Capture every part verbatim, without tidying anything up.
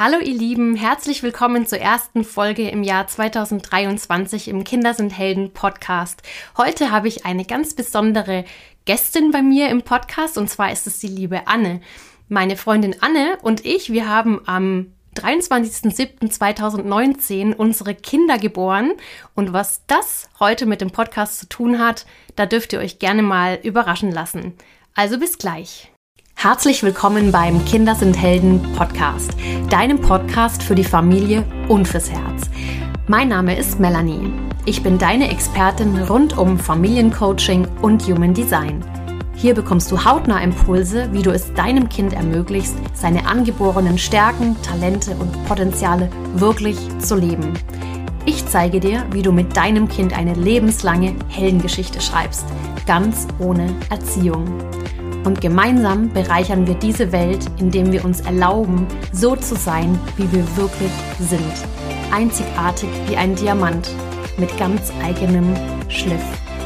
Hallo ihr Lieben, herzlich willkommen zur ersten Folge im Jahr zweitausenddreiundzwanzig im Kinder sind Helden Podcast. Heute habe ich eine ganz besondere Gästin bei mir im Podcast und zwar ist es die liebe Anne. Meine Freundin Anne und ich, wir haben am dreiundzwanzigsten siebten zweitausendneunzehn unsere Kinder geboren und was das heute mit dem Podcast zu tun hat, da dürft ihr euch gerne mal überraschen lassen. Also bis gleich. Herzlich willkommen beim Kinder sind Helden Podcast, deinem Podcast für die Familie und fürs Herz. Mein Name ist Melanie. Ich bin deine Expertin rund um Familiencoaching und Human Design. Hier bekommst du hautnah Impulse, wie du es deinem Kind ermöglichst, seine angeborenen Stärken, Talente und Potenziale wirklich zu leben. Ich zeige dir, wie du mit deinem Kind eine lebenslange Heldengeschichte schreibst, ganz ohne Erziehung. Und gemeinsam bereichern wir diese Welt, indem wir uns erlauben, so zu sein, wie wir wirklich sind. Einzigartig wie ein Diamant, mit ganz eigenem Schliff.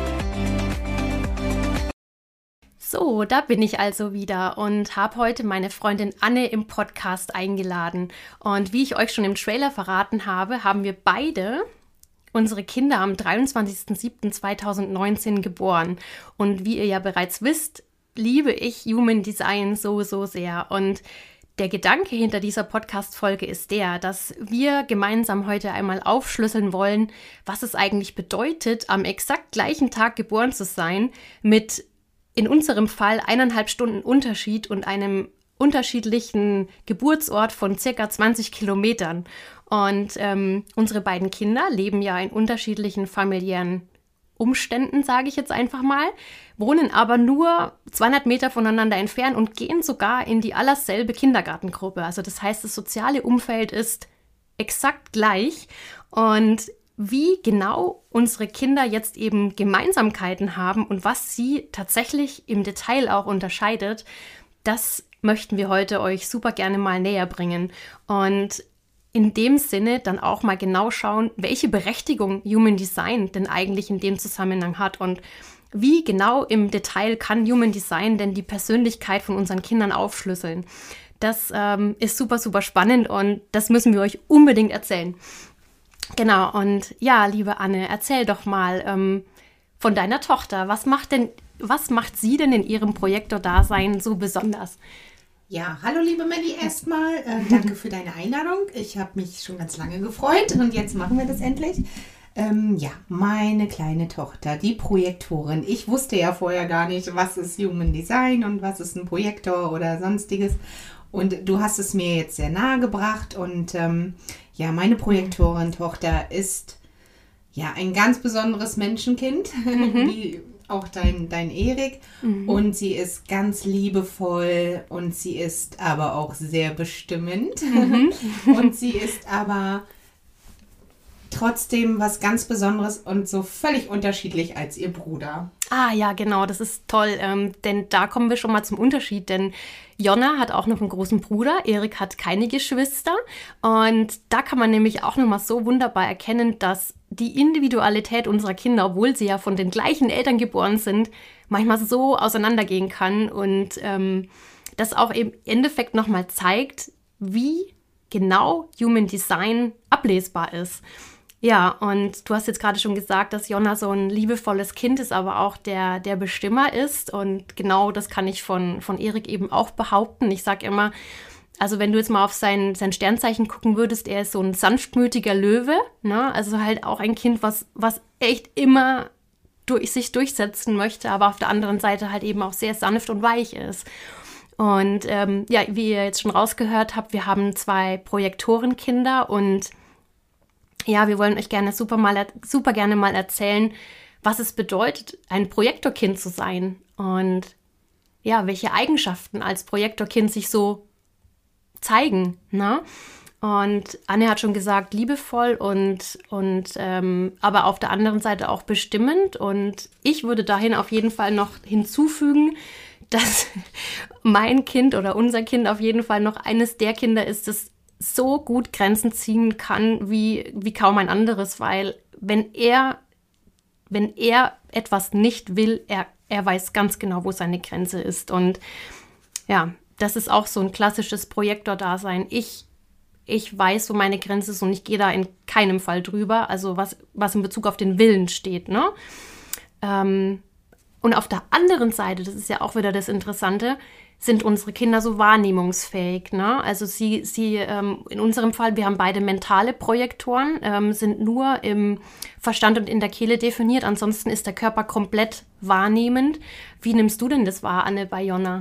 So, da bin ich also wieder und habe heute meine Freundin Anne im Podcast eingeladen. Und wie ich euch schon im Trailer verraten habe, haben wir beide unsere Kinder am dreiundzwanzigsten siebten zweitausendneunzehn geboren. Und wie ihr ja bereits wisst, liebe ich Human Design so, so sehr. Und der Gedanke hinter dieser Podcast-Folge ist der, dass wir gemeinsam heute einmal aufschlüsseln wollen, was es eigentlich bedeutet, am exakt gleichen Tag geboren zu sein, mit in unserem Fall eineinhalb Stunden Unterschied und einem unterschiedlichen Geburtsort von circa zwanzig Kilometern. Und ähm, unsere beiden Kinder leben ja in unterschiedlichen familiären Umständen, sage ich jetzt einfach mal, wohnen aber nur zweihundert Meter voneinander entfernt und gehen sogar in die allerselbe Kindergartengruppe. Also das heißt, das soziale Umfeld ist exakt gleich. Und wie genau unsere Kinder jetzt eben Gemeinsamkeiten haben und was sie tatsächlich im Detail auch unterscheidet, das möchten wir heute euch super gerne mal näher bringen. Und in dem Sinne dann auch mal genau schauen, welche Berechtigung Human Design denn eigentlich in dem Zusammenhang hat und wie genau im Detail kann Human Design denn die Persönlichkeit von unseren Kindern aufschlüsseln. Das ähm, ist super, super spannend und das müssen wir euch unbedingt erzählen. Genau, und ja, liebe Anne, erzähl doch mal ähm, von deiner Tochter. Was macht denn, was macht sie denn in ihrem Projektor-Dasein so besonders? Ja, hallo liebe Melli erstmal. Äh, danke für deine Einladung. Ich habe mich schon ganz lange gefreut und jetzt machen wir das endlich. Ähm, ja, meine kleine Tochter, die Projektorin. Ich wusste ja vorher gar nicht, was ist Human Design und was ist ein Projektor oder sonstiges. Und du hast es mir jetzt sehr nahe gebracht. Und ähm, ja, meine Projektorin-Tochter ist ja ein ganz besonderes Menschenkind, mhm. wie auch dein, dein Erik. Mhm. Und sie ist ganz liebevoll und sie ist aber auch sehr bestimmend. Mhm. Und sie ist aber trotzdem was ganz Besonderes und so völlig unterschiedlich als ihr Bruder. Ah ja, genau, das ist toll, ähm, denn da kommen wir schon mal zum Unterschied, denn Jonna hat auch noch einen großen Bruder, Erik hat keine Geschwister und da kann man nämlich auch nochmal so wunderbar erkennen, dass die Individualität unserer Kinder, obwohl sie ja von den gleichen Eltern geboren sind, manchmal so auseinandergehen kann und ähm, das auch im Endeffekt nochmal zeigt, wie genau Human Design ablesbar ist. Ja, und du hast jetzt gerade schon gesagt, dass Jonna so ein liebevolles Kind ist, aber auch der, der Bestimmer ist. Und genau das kann ich von, von Erik eben auch behaupten. Ich sage immer, also wenn du jetzt mal auf sein, sein Sternzeichen gucken würdest, er ist so ein sanftmütiger Löwe, ne? Also halt auch ein Kind, was, was echt immer durch sich durchsetzen möchte, aber auf der anderen Seite halt eben auch sehr sanft und weich ist. Und ähm, ja, wie ihr jetzt schon rausgehört habt, wir haben zwei Projektorenkinder und ja, wir wollen euch gerne super, mal, super gerne mal erzählen, was es bedeutet, ein Projektorkind zu sein und ja, welche Eigenschaften als Projektorkind sich so zeigen, ne? Und Anne hat schon gesagt, liebevoll und, und ähm, aber auf der anderen Seite auch bestimmend und ich würde dahin auf jeden Fall noch hinzufügen, dass mein Kind oder unser Kind auf jeden Fall noch eines der Kinder ist, das so gut Grenzen ziehen kann wie, wie kaum ein anderes, weil wenn er, wenn er etwas nicht will, er, er weiß ganz genau, wo seine Grenze ist. Und ja, das ist auch so ein klassisches Projektor-Dasein. Ich ich weiß, wo meine Grenze ist und ich gehe da in keinem Fall drüber, also was, was in Bezug auf den Willen steht, ne? Ähm, und auf der anderen Seite, das ist ja auch wieder das Interessante, sind unsere Kinder so wahrnehmungsfähig, ne? Also sie, sie ähm, in unserem Fall, wir haben beide mentale Projektoren, ähm, sind nur im Verstand und in der Kehle definiert, ansonsten ist der Körper komplett wahrnehmend. Wie nimmst du denn das wahr, Anne, bei Jonna?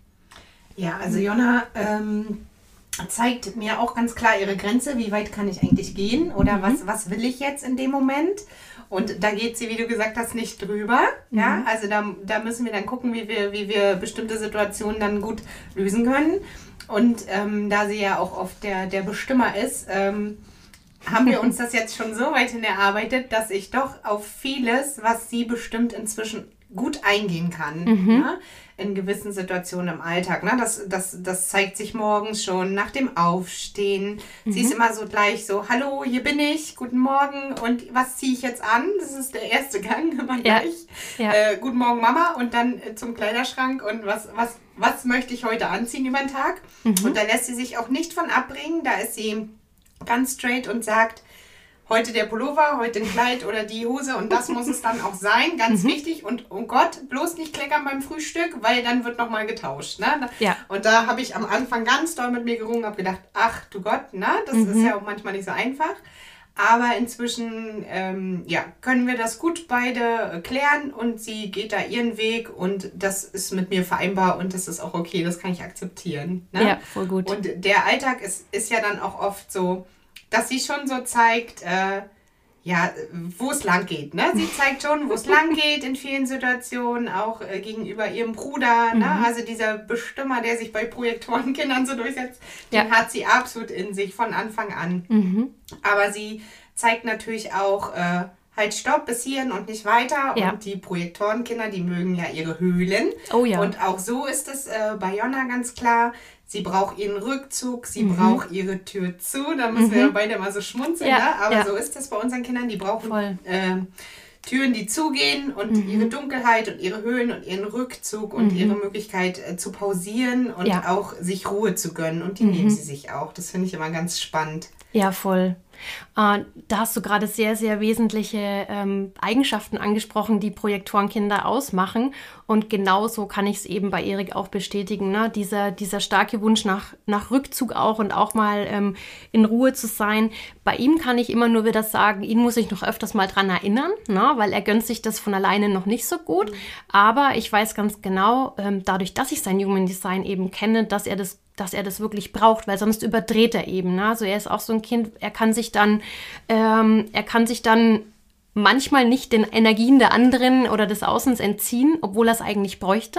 Ja, also Jonna ähm, zeigt mir auch ganz klar ihre Grenze, wie weit kann ich eigentlich gehen oder mhm. was, was will ich jetzt in dem Moment? Und da geht sie, wie du gesagt hast, nicht drüber. Mhm. Ja, also da, da müssen wir dann gucken, wie wir, wie wir bestimmte Situationen dann gut lösen können. Und ähm, da sie ja auch oft der, der Bestimmer ist, ähm, haben wir uns das jetzt schon so weit hin erarbeitet, dass ich doch auf vieles, was sie bestimmt, inzwischen gut eingehen kann. Mhm. Ja? In gewissen Situationen im Alltag. Ne? Das, das, das zeigt sich morgens schon nach dem Aufstehen. Mhm. Sie ist immer so gleich so, hallo, hier bin ich, guten Morgen und was ziehe ich jetzt an? Das ist der erste Gang, immer ja. gleich. Ja. Äh, guten Morgen Mama und dann äh, zum Kleiderschrank und was, was, was möchte ich heute anziehen über den Tag? Mhm. Und da lässt sie sich auch nicht von abbringen. Da ist sie ganz straight und sagt, heute der Pullover, heute ein Kleid oder die Hose und das muss es dann auch sein, ganz mhm. wichtig. Und oh Gott, bloß nicht kleckern beim Frühstück, weil dann wird nochmal getauscht. Ne? Ja. Und da habe ich am Anfang ganz doll mit mir gerungen, habe gedacht, ach du Gott, ne? Das mhm. ist ja auch manchmal nicht so einfach. Aber inzwischen ähm, ja, können wir das gut beide klären und sie geht da ihren Weg und das ist mit mir vereinbar und das ist auch okay, das kann ich akzeptieren. Ne? Ja, voll gut. Und der Alltag ist, ist ja dann auch oft so, dass sie schon so zeigt, äh, ja, wo es lang geht. Ne? Sie zeigt schon, wo es lang geht in vielen Situationen, auch äh, gegenüber ihrem Bruder. Mhm. Ne? Also dieser Bestimmer, der sich bei Projektorenkindern so durchsetzt, ja. den hat sie absolut in sich von Anfang an. Mhm. Aber sie zeigt natürlich auch, äh, halt stopp, bis hierhin und nicht weiter. Ja. Und die Projektorenkinder, die mögen ja ihre Höhlen. Oh ja. Und auch so ist es äh, bei Jonna ganz klar. Sie braucht ihren Rückzug, sie mhm. braucht ihre Tür zu. Da müssen mhm. wir beide mal so schmunzeln. Ja. Ne? Aber ja. so ist das bei unseren Kindern. Die brauchen äh, Türen, die zugehen und mhm. ihre Dunkelheit und ihre Höhlen und ihren Rückzug und mhm. ihre Möglichkeit äh, zu pausieren und ja. auch sich Ruhe zu gönnen. Und die mhm. nehmen sie sich auch. Das finde ich immer ganz spannend. Ja, voll. Äh, da hast du gerade sehr, sehr wesentliche ähm, Eigenschaften angesprochen, die Projektorenkinder ausmachen. Und genauso kann ich es eben bei Erik auch bestätigen. Ne? Dieser, dieser starke Wunsch nach, nach Rückzug auch und auch mal ähm, in Ruhe zu sein. Bei ihm kann ich immer nur wieder sagen, ihn muss ich noch öfters mal dran erinnern, ne? Weil er gönnt sich das von alleine noch nicht so gut. Mhm. Aber ich weiß ganz genau, ähm, dadurch, dass ich sein Human Design eben kenne, dass er das dass er das wirklich braucht, weil sonst überdreht er eben. Ne? Also er ist auch so ein Kind, er kann sich dann, ähm, er kann sich dann manchmal nicht den Energien der anderen oder des Außens entziehen, obwohl er es eigentlich bräuchte.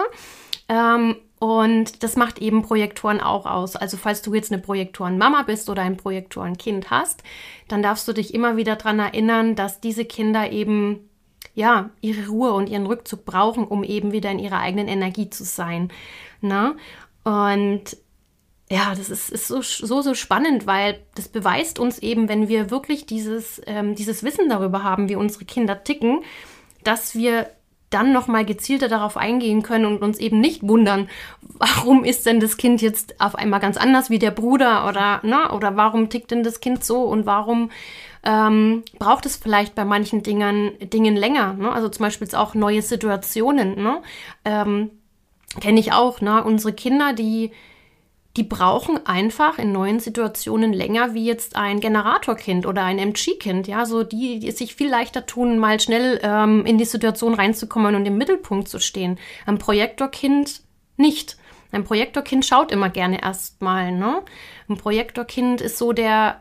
Ähm, und das macht eben Projektoren auch aus. Also falls du jetzt eine Projektoren-Mama bist oder ein Projektoren-Kind hast, dann darfst du dich immer wieder daran erinnern, dass diese Kinder eben ja ihre Ruhe und ihren Rückzug brauchen, um eben wieder in ihrer eigenen Energie zu sein. Ne? Und ja, das ist, ist so, so, so spannend, weil das beweist uns eben, wenn wir wirklich dieses, ähm, dieses Wissen darüber haben, wie unsere Kinder ticken, dass wir dann nochmal gezielter darauf eingehen können und uns eben nicht wundern, warum ist denn das Kind jetzt auf einmal ganz anders wie der Bruder oder, ne, oder warum tickt denn das Kind so und warum ähm, braucht es vielleicht bei manchen Dingen, Dingen länger, ne? Also zum Beispiel jetzt auch neue Situationen, ne? ähm, kenne ich auch, ne? Unsere Kinder, die Die brauchen einfach in neuen Situationen länger wie jetzt ein Generatorkind oder ein M G-Kind. Ja, so die, die es sich viel leichter tun, mal schnell ähm, in die Situation reinzukommen und im Mittelpunkt zu stehen. Ein Projektorkind nicht. Ein Projektorkind schaut immer gerne erstmal. Ne? Ein Projektorkind ist so der,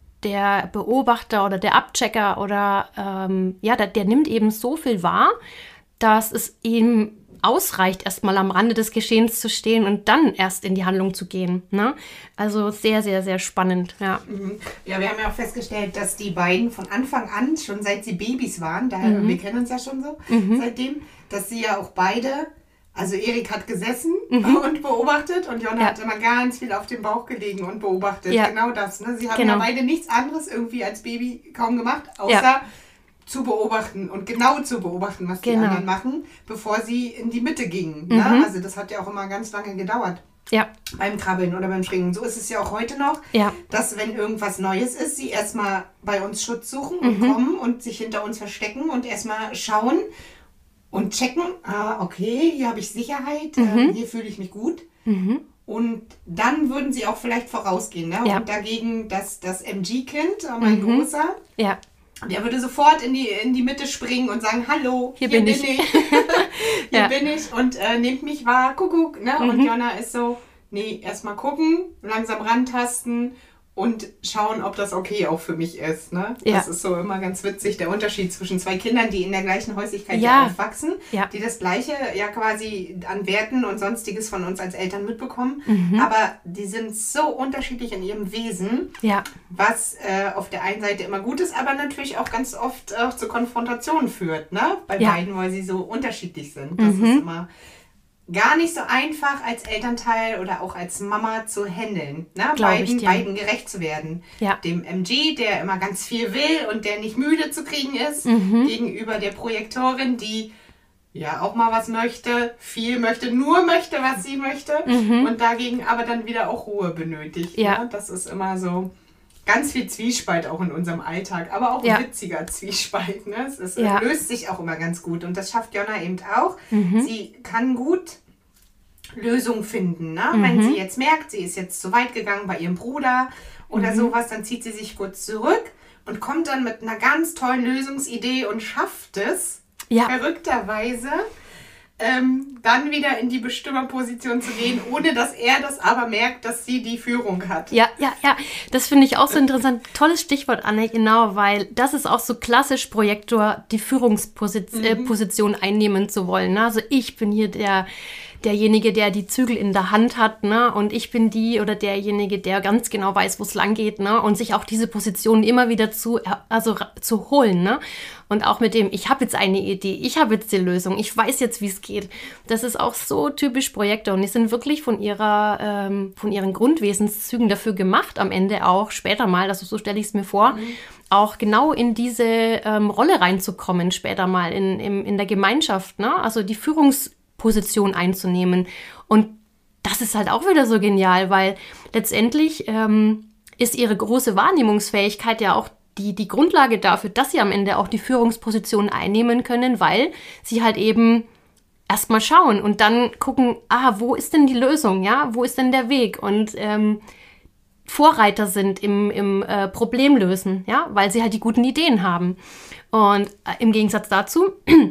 der Beobachter oder der Abchecker oder ähm, ja, der, der nimmt eben so viel wahr, dass es ihm ausreicht, erstmal am Rande des Geschehens zu stehen und dann erst in die Handlung zu gehen. Ne? Also sehr, sehr, sehr spannend. Ja. ja, wir haben ja auch festgestellt, dass die beiden von Anfang an, schon seit sie Babys waren, daher, mhm. wir kennen uns ja schon so mhm. seitdem, dass sie ja auch beide, also Erik hat gesessen mhm. und beobachtet und Jonna ja. hat immer ganz viel auf dem Bauch gelegen und beobachtet. Ja. Genau das. Ne? Sie haben genau. ja beide nichts anderes irgendwie als Baby kaum gemacht, außer ja. zu beobachten und genau zu beobachten, was die genau. anderen machen, bevor sie in die Mitte gingen. Mhm. Ne? Also das hat ja auch immer ganz lange gedauert. Ja. Beim Krabbeln oder beim Springen. So ist es ja auch heute noch, ja. dass wenn irgendwas Neues ist, sie erstmal bei uns Schutz suchen und mhm. kommen und sich hinter uns verstecken und erstmal schauen und checken, ah, okay, hier habe ich Sicherheit, mhm. äh, hier fühle ich mich gut. Mhm. Und dann würden sie auch vielleicht vorausgehen. Ne? Ja. Und dagegen das, das M G-Kind, mein mhm. Großer, ja. der würde sofort in die, in die Mitte springen und sagen, hallo, hier, hier bin ich. ich. hier ja. bin ich und äh, nehmt mich wahr, Kuckuck. Ne? Mhm. Und Jonna ist so, nee, erstmal gucken, langsam rantasten und schauen, ob das okay auch für mich ist. Ne? Ja. Das ist so immer ganz witzig, der Unterschied zwischen zwei Kindern, die in der gleichen Häuslichkeit ja. aufwachsen, ja. die das Gleiche ja quasi an Werten und Sonstiges von uns als Eltern mitbekommen. Mhm. Aber die sind so unterschiedlich in ihrem Wesen, ja. was äh, auf der einen Seite immer gut ist, aber natürlich auch ganz oft auch zu Konfrontationen führt. Ne? Bei ja. beiden, weil sie so unterschiedlich sind. Das mhm. ist immer gar nicht so einfach als Elternteil oder auch als Mama zu handeln, ne? beiden, beiden gerecht zu werden. Ja. Dem M G, der immer ganz viel will und der nicht müde zu kriegen ist, mhm. gegenüber der Projektorin, die ja auch mal was möchte, viel möchte, nur möchte, was sie möchte mhm. und dagegen aber dann wieder auch Ruhe benötigt. Ja. Ne? Das ist immer so ganz viel Zwiespalt auch in unserem Alltag, aber auch ja. ein witziger Zwiespalt. Ne? Es, es ja. löst sich auch immer ganz gut und das schafft Jonna eben auch. Mhm. Sie kann gut Lösungen finden. Ne? Mhm. Wenn sie jetzt merkt, sie ist jetzt zu weit gegangen bei ihrem Bruder oder mhm. sowas, dann zieht sie sich kurz zurück und kommt dann mit einer ganz tollen Lösungsidee und schafft es, ja. verrückterweise, ähm, dann wieder in die Bestimmerposition zu gehen, ohne dass er das aber merkt, dass sie die Führung hat. Ja, ja, ja. Das finde ich auch so interessant. Tolles Stichwort, Anne, genau, weil das ist auch so klassisch Projektor, die Führungsposition mhm. äh, einnehmen zu wollen. Ne? Also ich bin hier der derjenige, der die Zügel in der Hand hat, ne? Und ich bin die oder derjenige, der ganz genau weiß, wo es lang geht, ne? Und sich auch diese Position immer wieder zu, also zu holen, ne? Und auch mit dem, ich habe jetzt eine Idee, ich habe jetzt die Lösung, ich weiß jetzt, wie es geht. Das ist auch so typisch Projekte und die sind wirklich von ihrer, ähm, von ihren Grundwesenszügen dafür gemacht, am Ende auch später mal, also so stelle ich es mir vor, mhm. auch genau in diese ähm, Rolle reinzukommen, später mal in, in, in der Gemeinschaft, ne? Also die Führungs Position einzunehmen. Und das ist halt auch wieder so genial, weil letztendlich ähm, ist ihre große Wahrnehmungsfähigkeit ja auch die, die Grundlage dafür, dass sie am Ende auch die Führungsposition einnehmen können, weil sie halt eben erstmal schauen und dann gucken, ah, wo ist denn die Lösung, ja, wo ist denn der Weg und ähm, Vorreiter sind im, im äh, Problemlösen, ja, weil sie halt die guten Ideen haben. Und äh, im Gegensatz dazu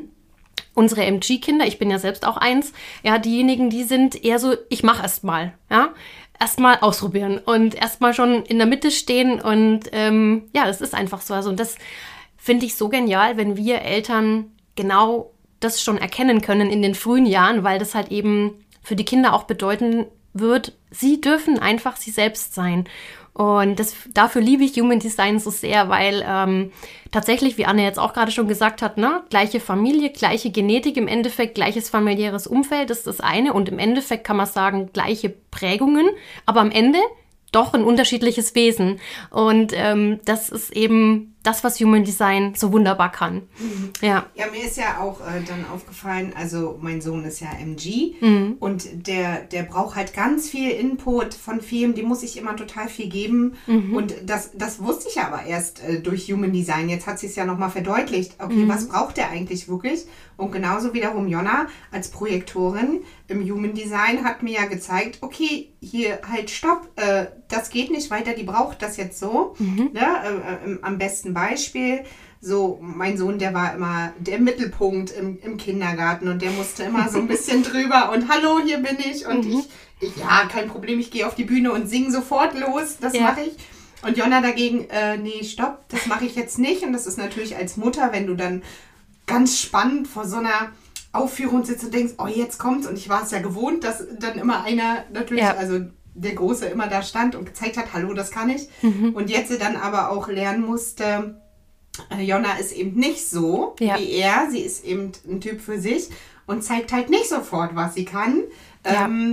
unsere M G-Kinder, ich bin ja selbst auch eins, ja, diejenigen, die sind eher so, ich mache erst mal, ja, erst mal ausprobieren und erst mal schon in der Mitte stehen und ähm, ja, das ist einfach so. Also und das finde ich so genial, wenn wir Eltern genau das schon erkennen können in den frühen Jahren, weil das halt eben für die Kinder auch bedeuten wird, sie dürfen einfach sie selbst sein. Und das, dafür liebe ich Human Design so sehr, weil ähm, tatsächlich, wie Anne jetzt auch gerade schon gesagt hat, ne, gleiche Familie, gleiche Genetik im Endeffekt, gleiches familiäres Umfeld, das ist das eine. Und im Endeffekt kann man sagen, gleiche Prägungen, aber am Ende doch ein unterschiedliches Wesen. Und ähm, das ist eben das, was Human Design so wunderbar kann. Mhm. Ja. Ja, mir ist ja auch äh, dann aufgefallen, also mein Sohn ist ja M G mhm. und der, der braucht halt ganz viel Input von Film, dem muss ich immer total viel geben. Mhm. Und das, das wusste ich aber erst äh, durch Human Design. Jetzt hat sie es ja nochmal verdeutlicht. Okay, mhm. was braucht der eigentlich wirklich? Und genauso wiederum Jonna als Projektorin im Human Design hat mir ja gezeigt, okay, hier halt stopp, äh, das geht nicht weiter, die braucht das jetzt so. Mhm. Ne? Äh, äh, am besten Beispiel, so mein Sohn, der war immer der Mittelpunkt im, im Kindergarten und der musste immer so ein bisschen drüber und hallo, hier bin ich und mhm. ich, ich, ja, kein Problem, ich gehe auf die Bühne und singe sofort los, das ja. mache ich. Und Jonna dagegen, äh, nee, stopp, das mache ich jetzt nicht und das ist natürlich als Mutter, wenn du dann ganz spannend vor so einer Aufführung sitzt und denkst, oh, jetzt kommt's und ich war es ja gewohnt, dass dann immer einer natürlich, ja. also der Große immer da stand und gezeigt hat, hallo, das kann ich. Mhm. Und jetzt sie dann aber auch lernen musste, äh, Jonna ist eben nicht so ja. wie er. Sie ist eben ein Typ für sich und zeigt halt nicht sofort, was sie kann. Ja. Ähm,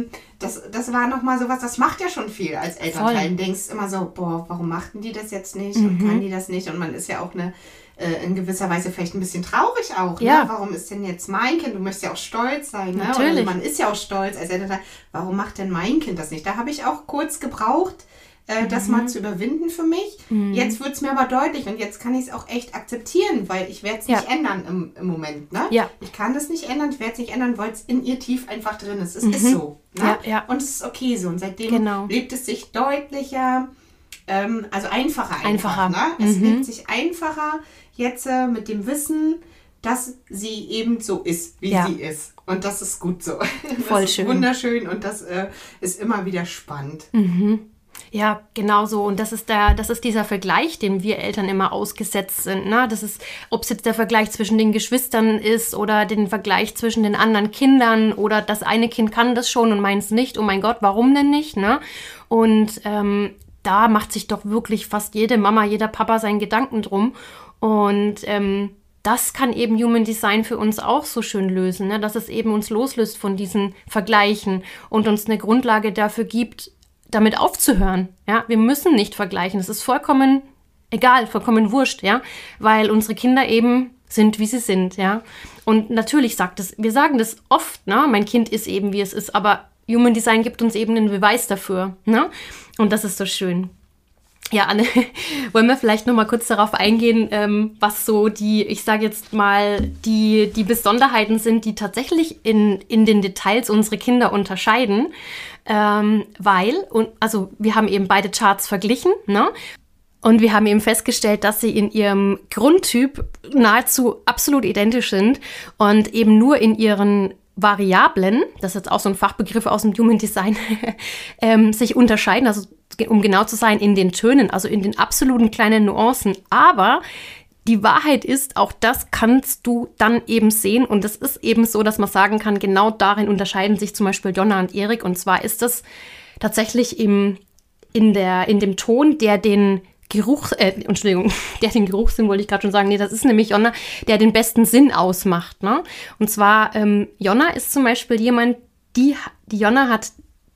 das, das war nochmal sowas, das macht ja schon viel als Elternteil. Du denkst immer so, boah, warum machten die das jetzt nicht mhm. und kann die das nicht? Und man ist ja auch eine, äh, in gewisser Weise vielleicht ein bisschen traurig auch. Ja. Ne? Warum ist denn jetzt mein Kind? Du möchtest ja auch stolz sein. Ne? Natürlich. Oder man ist ja auch stolz als Elternteil. Warum macht denn mein Kind das nicht? Da habe ich auch kurz gebraucht, äh, das mhm. mal zu überwinden für mich. Mhm. Jetzt wird es mir aber deutlich und jetzt kann ich es auch echt akzeptieren, weil ich werde es nicht ja. ändern im, im Moment. Ne? Ja. Ich kann das nicht ändern, ich werde es nicht ändern, weil es in ihr tief einfach drin ist. Es mhm. ist so. Ne? Ja, ja. Und es ist okay so. Und seitdem genau. lebt es sich deutlicher, ähm, also einfacher einfach. Einfacher. Ne? Es mhm. lebt sich einfacher jetzt äh, mit dem Wissen, dass sie eben so ist, wie ja. sie ist. Und das ist gut so. Voll das ist schön. Wunderschön und das äh, ist immer wieder spannend. Mhm. Ja, genau so. Und das ist der, das ist dieser Vergleich, dem wir Eltern immer ausgesetzt sind. Ne? Das ist, ob es jetzt der Vergleich zwischen den Geschwistern ist oder den Vergleich zwischen den anderen Kindern oder das eine Kind kann das schon und meins nicht. Oh mein Gott, warum denn nicht? Ne? Und ähm, da macht sich doch wirklich fast jede Mama, jeder Papa seinen Gedanken drum. Und ähm, das kann eben Human Design für uns auch so schön lösen, ne? Dass es eben uns loslöst von diesen Vergleichen und uns eine Grundlage dafür gibt, damit aufzuhören. Ja? Wir müssen nicht vergleichen. Es ist vollkommen egal, vollkommen wurscht, ja, weil unsere Kinder eben sind, wie sie sind, ja. Und natürlich sagt es, wir sagen das oft, ne? Mein Kind ist eben, wie es ist, aber Human Design gibt uns eben einen Beweis dafür, ne? Und das ist so schön. Ja, Anne, wollen wir vielleicht noch mal kurz darauf eingehen, ähm, was so die, ich sage jetzt mal, die, die Besonderheiten sind, die tatsächlich in, in den Details unsere Kinder unterscheiden. Ähm, weil, und, also wir haben eben beide Charts verglichen, ne? Und wir haben eben festgestellt, dass sie in ihrem Grundtyp nahezu absolut identisch sind und eben nur in ihren Variablen, das ist jetzt auch so ein Fachbegriff aus dem Human Design, ähm, sich unterscheiden, also um genau zu sein, in den Tönen, also in den absoluten kleinen Nuancen. Aber die Wahrheit ist, auch das kannst du dann eben sehen. Und es ist eben so, dass man sagen kann, genau darin unterscheiden sich zum Beispiel Jonna und Erik. Und zwar ist das tatsächlich im, in, der, in dem Ton, der den Geruch, äh, Entschuldigung, der den Geruchssinn, wollte ich gerade schon sagen, nee, das ist nämlich Jonna, der den besten Sinn ausmacht, ne? Und zwar, ähm, Jonna ist zum Beispiel jemand, die, die Jonna hat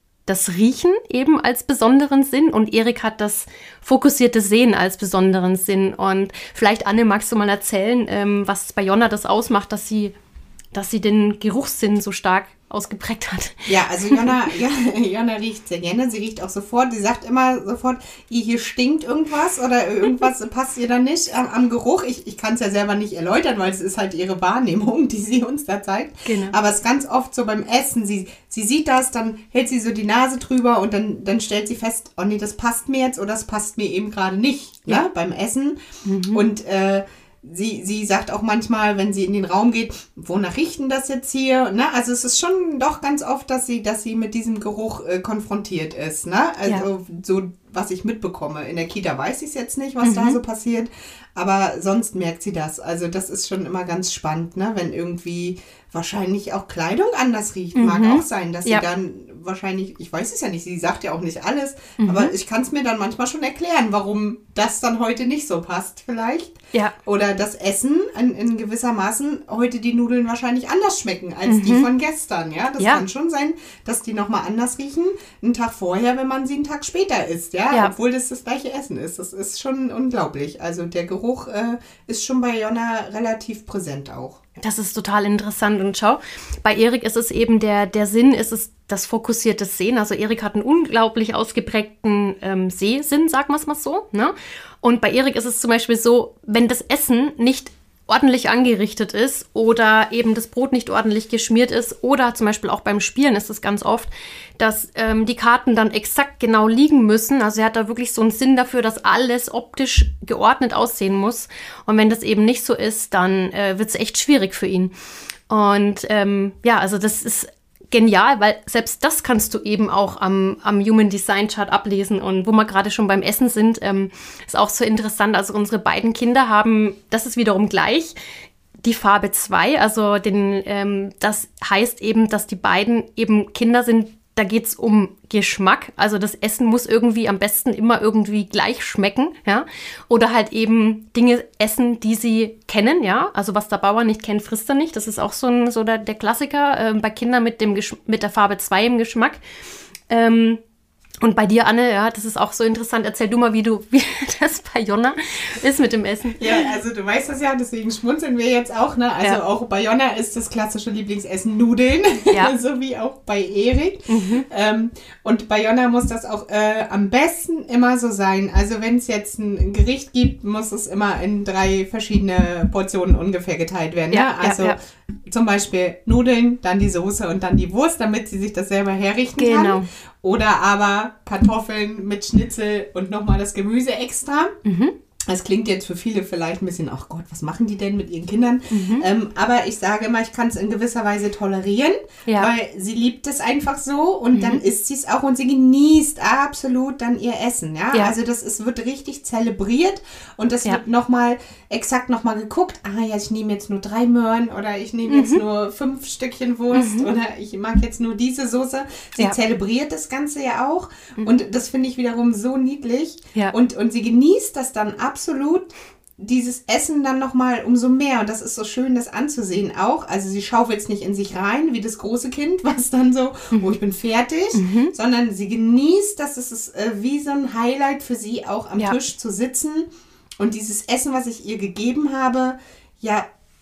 das Riechen eben als besonderen Sinn und Erik hat das fokussierte Sehen als besonderen Sinn. Und vielleicht, Anne, magst du mal erzählen, ähm, was bei Jonna das ausmacht, dass sie, dass sie den Geruchssinn so stark ausgeprägt hat. Ja, also Jonna, ja, Jonna riecht sehr gerne. Sie riecht auch sofort. Sie sagt immer sofort, hier stinkt irgendwas oder irgendwas passt ihr da nicht am, am Geruch. Ich, ich kann es ja selber nicht erläutern, weil es ist halt ihre Wahrnehmung, die sie uns da zeigt. Genau. Aber es ist ganz oft so beim Essen. Sie, sie sieht das, dann hält sie so die Nase drüber und dann, dann stellt sie fest, oh nee, das passt mir jetzt oder das passt mir eben gerade nicht, ja, ne, beim Essen. Mhm. Und äh, Sie, sie sagt auch manchmal, wenn sie in den Raum geht, wonach riecht denn das jetzt hier? Ne? Also es ist schon doch ganz oft, dass sie, dass sie mit diesem Geruch äh, konfrontiert ist. Ne? Also ja. so, was ich mitbekomme. In der Kita weiß ich es jetzt nicht, was mhm. da so passiert, aber sonst merkt sie das. Also das ist schon immer ganz spannend, ne? Wenn irgendwie wahrscheinlich auch Kleidung anders riecht. Mhm. Mag auch sein, dass ja. sie dann wahrscheinlich, ich weiß es ja nicht, sie sagt ja auch nicht alles, mhm. aber ich kann es mir dann manchmal schon erklären, warum das dann heute nicht so passt vielleicht. Ja. Oder das Essen in, in gewisser Maßen heute die Nudeln wahrscheinlich anders schmecken als mhm. die von gestern. Ja, das ja. kann schon sein, dass die nochmal anders riechen, einen Tag vorher, wenn man sie einen Tag später isst. Ja, ja. obwohl das das gleiche Essen ist. Das ist schon unglaublich. Also der Geruch äh, ist schon bei Jonna relativ präsent auch. Das ist total interessant. Und schau, bei Erik ist es eben der, der Sinn, ist es das fokussierte Sehen. Also Erik hat einen unglaublich ausgeprägten ähm, Sehsinn, sagen wir es mal so. Ne? Und bei Erik ist es zum Beispiel so, wenn das Essen nicht ordentlich angerichtet ist oder eben das Brot nicht ordentlich geschmiert ist oder zum Beispiel auch beim Spielen ist es ganz oft, dass ähm, die Karten dann exakt genau liegen müssen. Also er hat da wirklich so einen Sinn dafür, dass alles optisch geordnet aussehen muss. Und wenn das eben nicht so ist, dann äh, wird es echt schwierig für ihn. Und ähm, ja, also das ist genial, weil selbst das kannst du eben auch am, am Human Design Chart ablesen. Und wo wir gerade schon beim Essen sind, ähm, ist auch so interessant. Also unsere beiden Kinder haben, das ist wiederum gleich, die Farbe zwei. Also den, ähm, das heißt eben, dass die beiden eben Kinder sind, da geht es um Geschmack. Also das Essen muss irgendwie am besten immer irgendwie gleich schmecken, ja. Oder halt eben Dinge essen, die sie kennen, ja. Also was der Bauer nicht kennt, frisst er nicht. Das ist auch so, ein, so der, der Klassiker äh, bei Kindern mit, dem Gesch- mit der Farbe zwei im Geschmack. Ähm, Und bei dir, Anne, ja, das ist auch so interessant. Erzähl du mal, wie du, wie das bei Jonna ist mit dem Essen. Ja, also du weißt das ja, deswegen schmunzeln wir jetzt auch, ne? Also ja. Auch bei Jonna ist das klassische Lieblingsessen Nudeln, ja. So wie auch bei Erik. Mhm. Ähm, und bei Jonna muss das auch äh, am besten immer so sein. Also wenn es jetzt ein Gericht gibt, muss es immer in drei verschiedene Portionen ungefähr geteilt werden. Ja, ne? Also ja, ja. Zum Beispiel Nudeln, dann die Soße und dann die Wurst, damit sie sich das selber herrichten genau. kann. Oder aber Kartoffeln mit Schnitzel und nochmal das Gemüse extra. Mhm. Das klingt jetzt für viele vielleicht ein bisschen, ach Gott, was machen die denn mit ihren Kindern? Mhm. Ähm, aber ich sage immer, ich kann es in gewisser Weise tolerieren, ja. Weil sie liebt es einfach so und mhm. dann isst sie es auch und sie genießt absolut dann ihr Essen. Ja? Ja. Also das ist, wird richtig zelebriert und das ja. wird nochmal exakt nochmal geguckt. Ah ja, ich nehme jetzt nur drei Möhren oder ich nehme mhm. jetzt nur fünf Stückchen Wurst mhm. oder ich mag jetzt nur diese Soße. Sie ja. zelebriert das Ganze ja auch mhm. und das finde ich wiederum so niedlich ja. und, und sie genießt das dann absolut. Absolut dieses Essen dann nochmal umso mehr. Und das ist so schön, das anzusehen auch. Also sie schaufelt es nicht in sich rein, wie das große Kind, was dann so, mhm. oh, ich bin fertig, mhm. sondern sie genießt, dass es ist äh, wie so ein Highlight für sie auch am ja. Tisch zu sitzen und dieses Essen, was ich ihr gegeben habe, ja,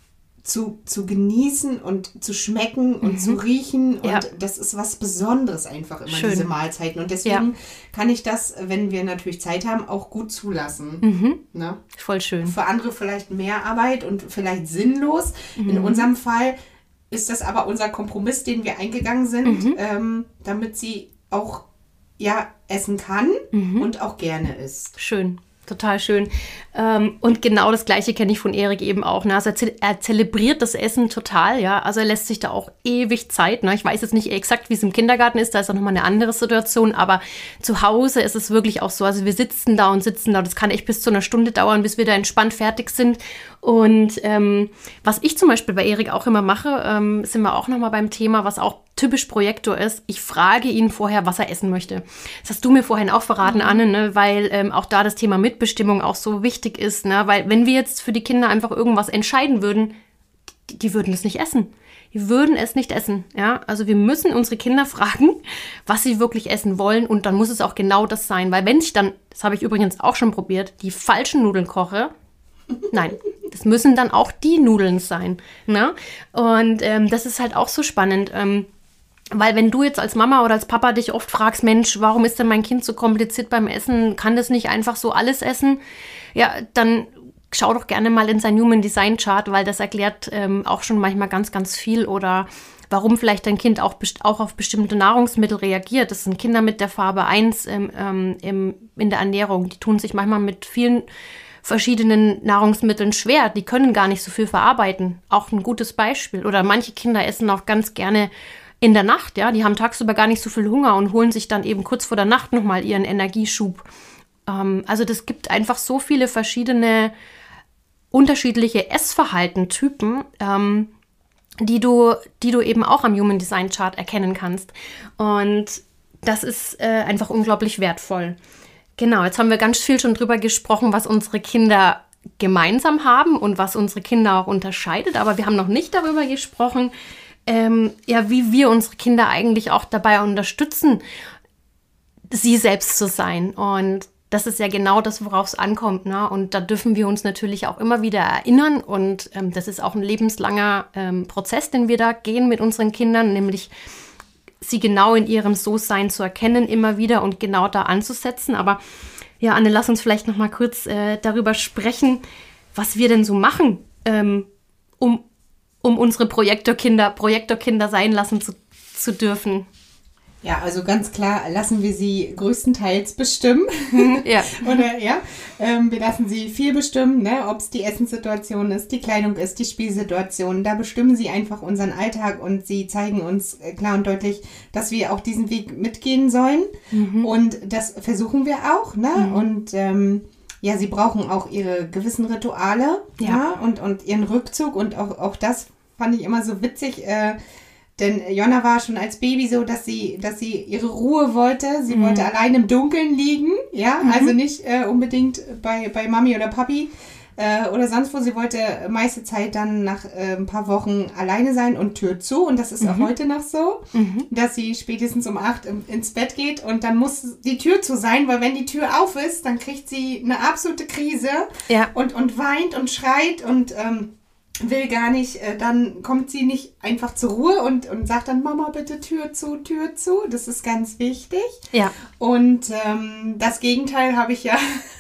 Zu, zu genießen und zu schmecken und mhm. zu riechen. Und ja. das ist was Besonderes einfach immer, Schön. Diese Mahlzeiten. Und deswegen ja. kann ich das, wenn wir natürlich Zeit haben, auch gut zulassen. Mhm. Ne? Voll schön. Für andere vielleicht mehr Arbeit und vielleicht sinnlos. Mhm. In unserem Fall ist das aber unser Kompromiss, den wir eingegangen sind, mhm. ähm, damit sie auch ja, essen kann mhm. und auch gerne isst. Schön. Total schön. Ähm, und genau das Gleiche kenne ich von Erik eben auch. Ne? Also er, ze- er zelebriert das Essen total, ja. Also er lässt sich da auch ewig Zeit. Ne? Ich weiß jetzt nicht exakt, wie es im Kindergarten ist, da ist auch nochmal eine andere Situation, aber zu Hause ist es wirklich auch so. Also wir sitzen da und sitzen da. Das kann echt bis zu einer Stunde dauern, bis wir da entspannt fertig sind. Und ähm, was ich zum Beispiel bei Erik auch immer mache, ähm, sind wir auch nochmal beim Thema, was auch typisch Projektor ist. Ich frage ihn vorher, was er essen möchte. Das hast du mir vorhin auch verraten, mhm. Anne, ne? Weil ähm, auch da das Thema Mitbestimmung auch so wichtig ist. Ne? Weil wenn wir jetzt für die Kinder einfach irgendwas entscheiden würden, die, die würden es nicht essen. Die würden es nicht essen. Ja? Also wir müssen unsere Kinder fragen, was sie wirklich essen wollen. Und dann muss es auch genau das sein. Weil wenn ich dann, das habe ich übrigens auch schon probiert, die falschen Nudeln koche, nein, das müssen dann auch die Nudeln sein. Ne? Und ähm, das ist halt auch so spannend. Ähm, Weil wenn du jetzt als Mama oder als Papa dich oft fragst, Mensch, warum ist denn mein Kind so kompliziert beim Essen? Kann das nicht einfach so alles essen? Ja, dann schau doch gerne mal in sein Human Design Chart, weil das erklärt ähm, auch schon manchmal ganz, ganz viel. Oder warum vielleicht dein Kind auch, best- auch auf bestimmte Nahrungsmittel reagiert. Das sind Kinder mit der Farbe eins im, ähm, im, in der Ernährung. Die tun sich manchmal mit vielen verschiedenen Nahrungsmitteln schwer. Die können gar nicht so viel verarbeiten. Auch ein gutes Beispiel. Oder manche Kinder essen auch ganz gerne in der Nacht, ja, die haben tagsüber gar nicht so viel Hunger und holen sich dann eben kurz vor der Nacht nochmal ihren Energieschub. Ähm, also das gibt einfach so viele verschiedene unterschiedliche Essverhaltentypen, ähm, die du, die du eben auch am Human Design Chart erkennen kannst. Und das ist äh, einfach unglaublich wertvoll. Genau, jetzt haben wir ganz viel schon drüber gesprochen, was unsere Kinder gemeinsam haben und was unsere Kinder auch unterscheidet, aber wir haben noch nicht darüber gesprochen, Ähm, ja, wie wir unsere Kinder eigentlich auch dabei unterstützen, sie selbst zu sein. Und das ist ja genau das, worauf es ankommt. Ne? Und da dürfen wir uns natürlich auch immer wieder erinnern. Und ähm, das ist auch ein lebenslanger ähm, Prozess, den wir da gehen mit unseren Kindern, nämlich sie genau in ihrem So-Sein zu erkennen immer wieder und genau da anzusetzen. Aber ja, Anne, lass uns vielleicht noch mal kurz äh, darüber sprechen, was wir denn so machen, ähm, um um unsere Projektorkinder, Projektorkinder sein lassen zu, zu dürfen. Ja, also ganz klar lassen wir sie größtenteils bestimmen. Ja. Oder ja, ähm, wir lassen sie viel bestimmen, ne? Ob es die Essenssituation ist, die Kleidung ist, die Spielsituation. Da bestimmen sie einfach unseren Alltag und sie zeigen uns klar und deutlich, dass wir auch diesen Weg mitgehen sollen. Mhm. Und das versuchen wir auch, ne? Mhm. Und ähm, ja, sie brauchen auch ihre gewissen Rituale, ja, ja und, und ihren Rückzug und auch, auch das fand ich immer so witzig, äh, Denn Jonna war schon als Baby so, dass sie, dass sie ihre Ruhe wollte. Sie mhm. wollte allein im Dunkeln liegen, ja, mhm. also nicht äh, unbedingt bei, bei Mami oder Papi äh, oder sonst wo. Sie wollte meiste Zeit dann nach äh, ein paar Wochen alleine sein und Tür zu. Und das ist mhm. auch heute noch so, mhm. dass sie spätestens um acht im, ins Bett geht und dann muss die Tür zu sein, weil wenn die Tür auf ist, dann kriegt sie eine absolute Krise ja. und, und weint und schreit und ähm, will gar nicht, äh, dann kommt sie nicht einfach zur Ruhe und, und sagt dann, Mama, bitte Tür zu, Tür zu. Das ist ganz wichtig. Ja. Und ähm, das Gegenteil habe ich ja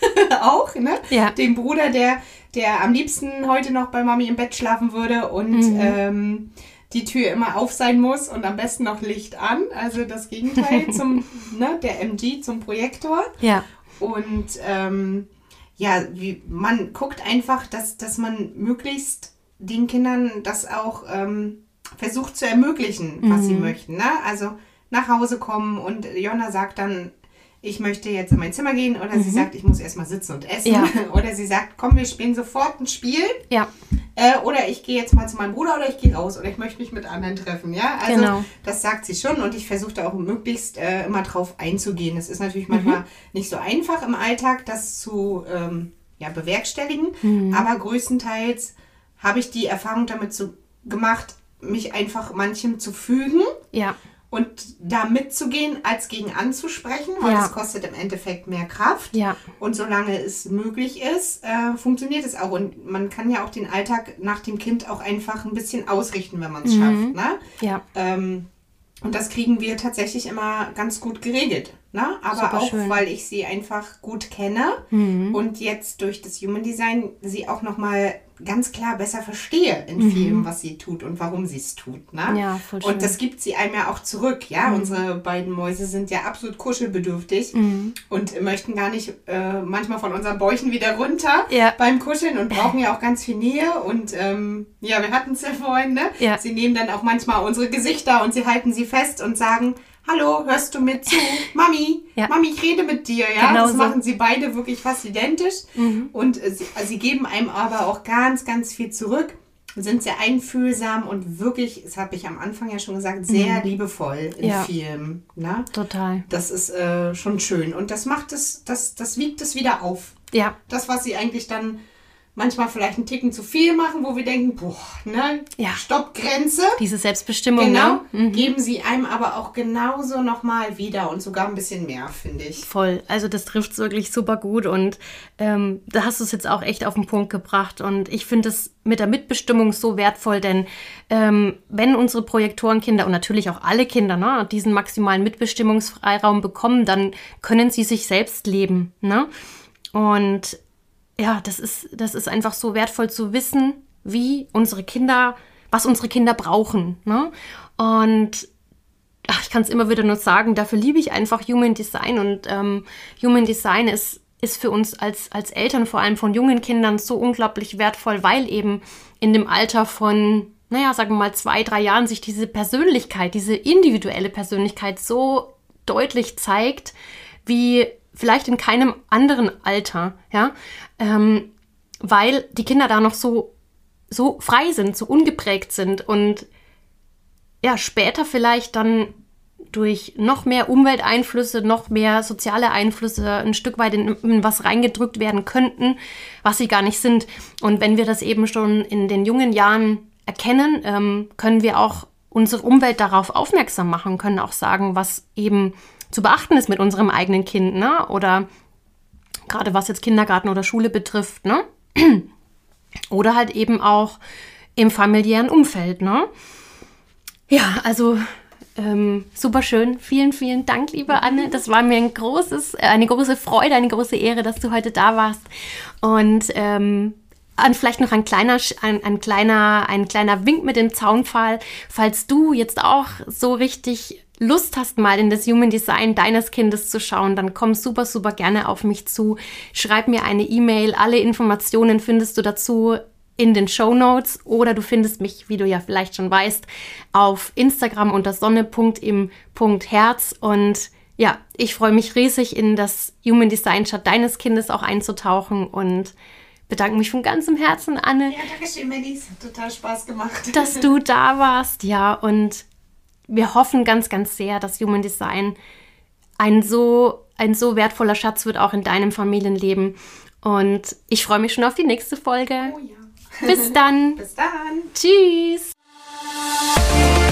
auch, ne? Ja. Den Bruder, der, der am liebsten heute noch bei Mami im Bett schlafen würde und mhm. ähm, die Tür immer auf sein muss und am besten noch Licht an. Also das Gegenteil zum, ne, der M G zum Projektor. Ja. Und ähm, ja, wie, man guckt einfach, dass, dass man möglichst den Kindern das auch ähm, versucht zu ermöglichen, was mhm. sie möchten. Ne? Also nach Hause kommen und Jonna sagt dann, ich möchte jetzt in mein Zimmer gehen oder mhm. sie sagt, ich muss erstmal sitzen und essen. Ja. Oder sie sagt, komm, wir spielen sofort ein Spiel. Ja. Äh, oder ich gehe jetzt mal zu meinem Bruder oder ich gehe raus oder ich möchte mich mit anderen treffen. Ja, also genau. das sagt sie schon und ich versuche da auch möglichst äh, immer drauf einzugehen. Es ist natürlich manchmal mhm. nicht so einfach im Alltag, das zu ähm, ja, bewerkstelligen, mhm. aber größtenteils habe ich die Erfahrung damit so gemacht, mich einfach manchem zu fügen ja. und da mitzugehen, als gegen anzusprechen, weil ja. das kostet im Endeffekt mehr Kraft. Ja. Und solange es möglich ist, äh, funktioniert es auch. Und man kann ja auch den Alltag nach dem Kind auch einfach ein bisschen ausrichten, wenn man es mhm. schafft. Ne? Ja. Ähm, und das kriegen wir tatsächlich immer ganz gut geregelt. Ne? Aber super auch, schön. Weil ich sie einfach gut kenne mhm. und jetzt durch das Human Design sie auch nochmal ganz klar besser verstehe in mhm. vielem, was sie tut und warum sie es tut. Ne? Ja, voll schön. Und das gibt sie einem ja auch zurück. Ja, mhm. unsere beiden Mäuse sind ja absolut kuschelbedürftig mhm. und möchten gar nicht äh, manchmal von unseren Bäuchen wieder runter ja. beim Kuscheln und brauchen ja auch ganz viel Nähe. Und ähm, ja, wir hatten es ja vorhin, ne? Ja. Sie nehmen dann auch manchmal unsere Gesichter und sie halten sie fest und sagen, hallo, hörst du mir zu? Mami, ja. Mami, ich rede mit dir. Ja, genau das so. Machen sie beide wirklich fast identisch. Mhm. Und äh, sie, also sie geben einem aber auch ganz, ganz viel zurück. Sind sehr einfühlsam und wirklich, das habe ich am Anfang ja schon gesagt, sehr mhm. liebevoll in ja. vielem. Ne? Total. Das ist äh, schon schön. Und das macht es, das, das wiegt es wieder auf. Ja. Das, was sie eigentlich dann manchmal vielleicht einen Ticken zu viel machen, wo wir denken, boah, ne, ja. Stoppgrenze. Diese Selbstbestimmung, genau, ne? Mhm. Geben sie einem aber auch genauso nochmal wieder und sogar ein bisschen mehr, finde ich. Voll, also das trifft es wirklich super gut und ähm, da hast du es jetzt auch echt auf den Punkt gebracht und ich finde es mit der Mitbestimmung so wertvoll, denn ähm, wenn unsere Projektorenkinder und natürlich auch alle Kinder ne, diesen maximalen Mitbestimmungsfreiraum bekommen, dann können sie sich selbst leben, ne? Und ja, das ist, das ist einfach so wertvoll zu wissen, wie unsere Kinder, was unsere Kinder brauchen. Ne? Und ach, ich kann es immer wieder nur sagen, dafür liebe ich einfach Human Design. Und ähm, Human Design ist, ist für uns als, als Eltern, vor allem von jungen Kindern, so unglaublich wertvoll, weil eben in dem Alter von, naja, sagen wir mal zwei, drei Jahren sich diese Persönlichkeit, diese individuelle Persönlichkeit so deutlich zeigt, wie vielleicht in keinem anderen Alter, ja, ähm, weil die Kinder da noch so, so frei sind, so ungeprägt sind und ja, später vielleicht dann durch noch mehr Umwelteinflüsse, noch mehr soziale Einflüsse ein Stück weit in, in was reingedrückt werden könnten, was sie gar nicht sind. Und wenn wir das eben schon in den jungen Jahren erkennen, ähm, können wir auch unsere Umwelt darauf aufmerksam machen, können auch sagen, was eben zu beachten ist mit unserem eigenen Kind, ne? Oder gerade was jetzt Kindergarten oder Schule betrifft, ne? Oder halt eben auch im familiären Umfeld, ne? Ja, also ähm, super schön. Vielen, vielen Dank, liebe Anne. Das war mir ein großes, äh, eine große Freude, eine große Ehre, dass du heute da warst. Und ähm, Und vielleicht noch ein kleiner, ein, ein, kleiner, ein kleiner Wink mit dem Zaunpfahl. Falls du jetzt auch so richtig Lust hast, mal in das Human Design deines Kindes zu schauen, dann komm super, super gerne auf mich zu. Schreib mir eine E-Mail. Alle Informationen findest du dazu in den Shownotes oder du findest mich, wie du ja vielleicht schon weißt, auf Instagram unter sonne punkt im punkt herz. Und ja, ich freue mich riesig, in das Human Design Chart deines Kindes auch einzutauchen und bedanke mich von ganzem Herzen, Anne. Ja, danke schön, Melli. Es hat total Spaß gemacht. Dass du da warst, ja. Und wir hoffen ganz, ganz sehr, dass Human Design ein so, ein so wertvoller Schatz wird, auch in deinem Familienleben. Und ich freue mich schon auf die nächste Folge. Oh ja. Bis dann. Bis dann. Tschüss.